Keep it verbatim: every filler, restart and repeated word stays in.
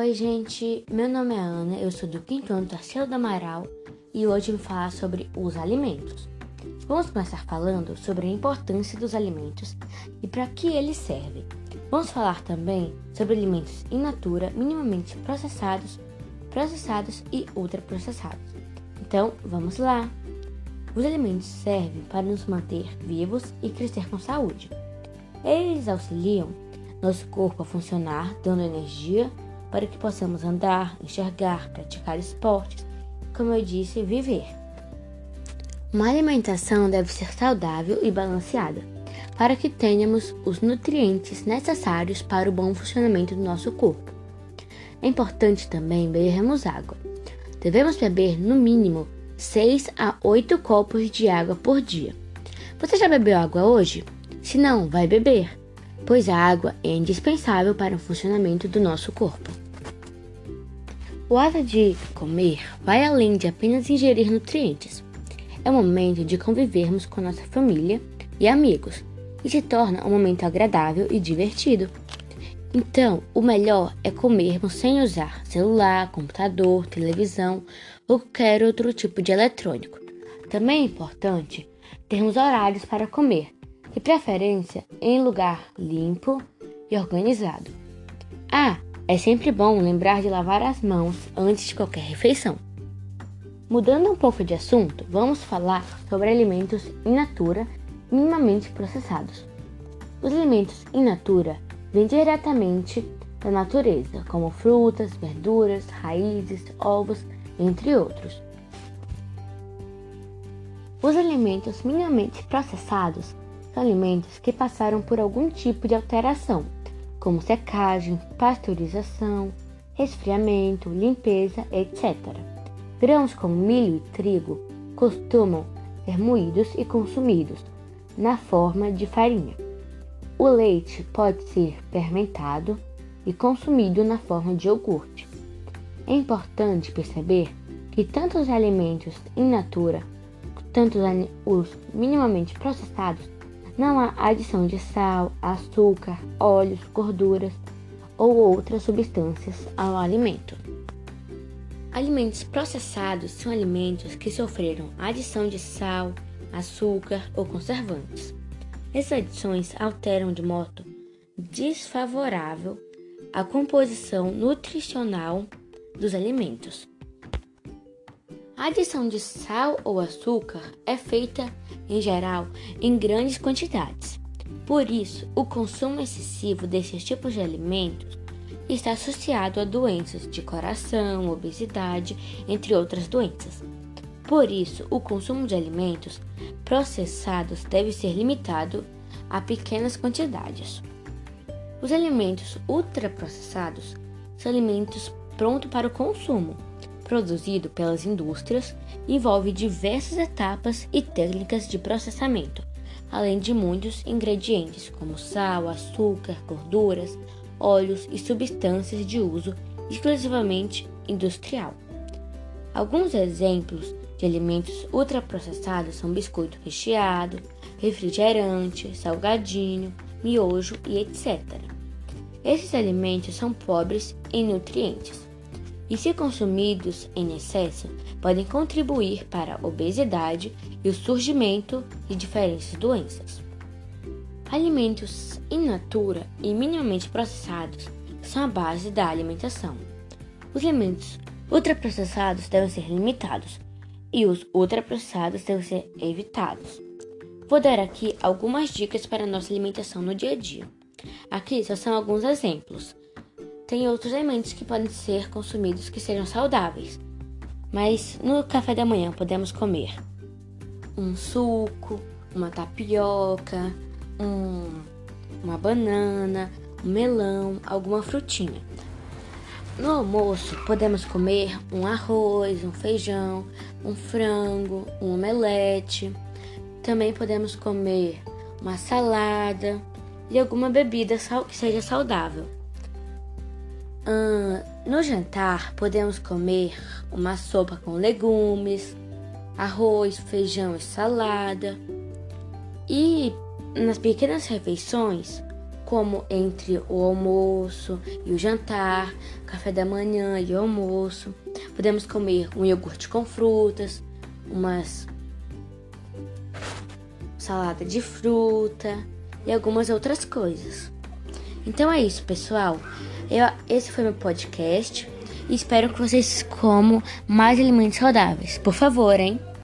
Oi, gente, meu nome é Ana, eu sou do quinto ano Tarsila do Amaral e hoje vou falar sobre os alimentos. Vamos começar falando sobre a importância dos alimentos e para que eles servem. Vamos falar também sobre alimentos in natura, minimamente processados, processados e ultraprocessados. Então, vamos lá! Os alimentos servem para nos manter vivos e crescer com saúde. Eles auxiliam nosso corpo a funcionar, dando energia para que possamos andar, enxergar, praticar esportes, como eu disse, viver. Uma alimentação deve ser saudável e balanceada, para que tenhamos os nutrientes necessários para o bom funcionamento do nosso corpo. É importante também bebermos água. Devemos beber no mínimo seis a oito copos de água por dia. Você já bebeu água hoje? Se não, vai beber, pois a água é indispensável para o funcionamento do nosso corpo. O ato de comer vai além de apenas ingerir nutrientes. É o momento de convivermos com nossa família e amigos e se torna um momento agradável e divertido. Então, o melhor é comermos sem usar celular, computador, televisão ou qualquer outro tipo de eletrônico. Também é importante termos horários para comer, de preferência em lugar limpo e organizado. Ah, é sempre bom lembrar de lavar as mãos antes de qualquer refeição. Mudando um pouco de assunto, vamos falar sobre alimentos in natura minimamente processados. Os alimentos in natura vêm diretamente da natureza, como frutas, verduras, raízes, ovos, entre outros. Os alimentos minimamente processados são alimentos que passaram por algum tipo de alteração, como secagem, pasteurização, resfriamento, limpeza, etcétera. Grãos como milho e trigo costumam ser moídos e consumidos na forma de farinha. O leite pode ser fermentado e consumido na forma de iogurte. É importante perceber que tanto os alimentos in natura quanto os minimamente processados não há adição de sal, açúcar, óleos, gorduras ou outras substâncias ao alimento. Alimentos processados são alimentos que sofreram adição de sal, açúcar ou conservantes. Essas adições alteram de modo desfavorável a composição nutricional dos alimentos. A adição de sal ou açúcar é feita, em geral, em grandes quantidades. Por isso, o consumo excessivo desses tipos de alimentos está associado a doenças de coração, obesidade, entre outras doenças. Por isso, o consumo de alimentos processados deve ser limitado a pequenas quantidades. Os alimentos ultraprocessados são alimentos prontos para o consumo, produzido pelas indústrias, e envolve diversas etapas e técnicas de processamento, além de muitos ingredientes como sal, açúcar, gorduras, óleos e substâncias de uso exclusivamente industrial. Alguns exemplos de alimentos ultraprocessados são biscoito recheado, refrigerante, salgadinho, miojo e etcétera. Esses alimentos são pobres em nutrientes e, se consumidos em excesso, podem contribuir para a obesidade e o surgimento de diferentes doenças. Alimentos in natura e minimamente processados são a base da alimentação. Os alimentos ultraprocessados devem ser limitados e os ultraprocessados devem ser evitados. Vou dar aqui algumas dicas para a nossa alimentação no dia a dia. Aqui só são alguns exemplos. Tem outros alimentos que podem ser consumidos que sejam saudáveis, mas no café da manhã podemos comer um suco, uma tapioca, um, uma banana, um melão, alguma frutinha. No almoço podemos comer um arroz, um feijão, um frango, um omelete. Também podemos comer uma salada e alguma bebida que seja saudável. Hum, no jantar podemos comer uma sopa com legumes, arroz, feijão e salada. E nas pequenas refeições como entre o almoço e o jantar, café da manhã e o almoço. Podemos comer um iogurte com frutas, umas salada de fruta e algumas outras coisas. Então é isso, pessoal. Eu, esse foi meu podcast e espero que vocês comam mais alimentos saudáveis. Por favor, hein?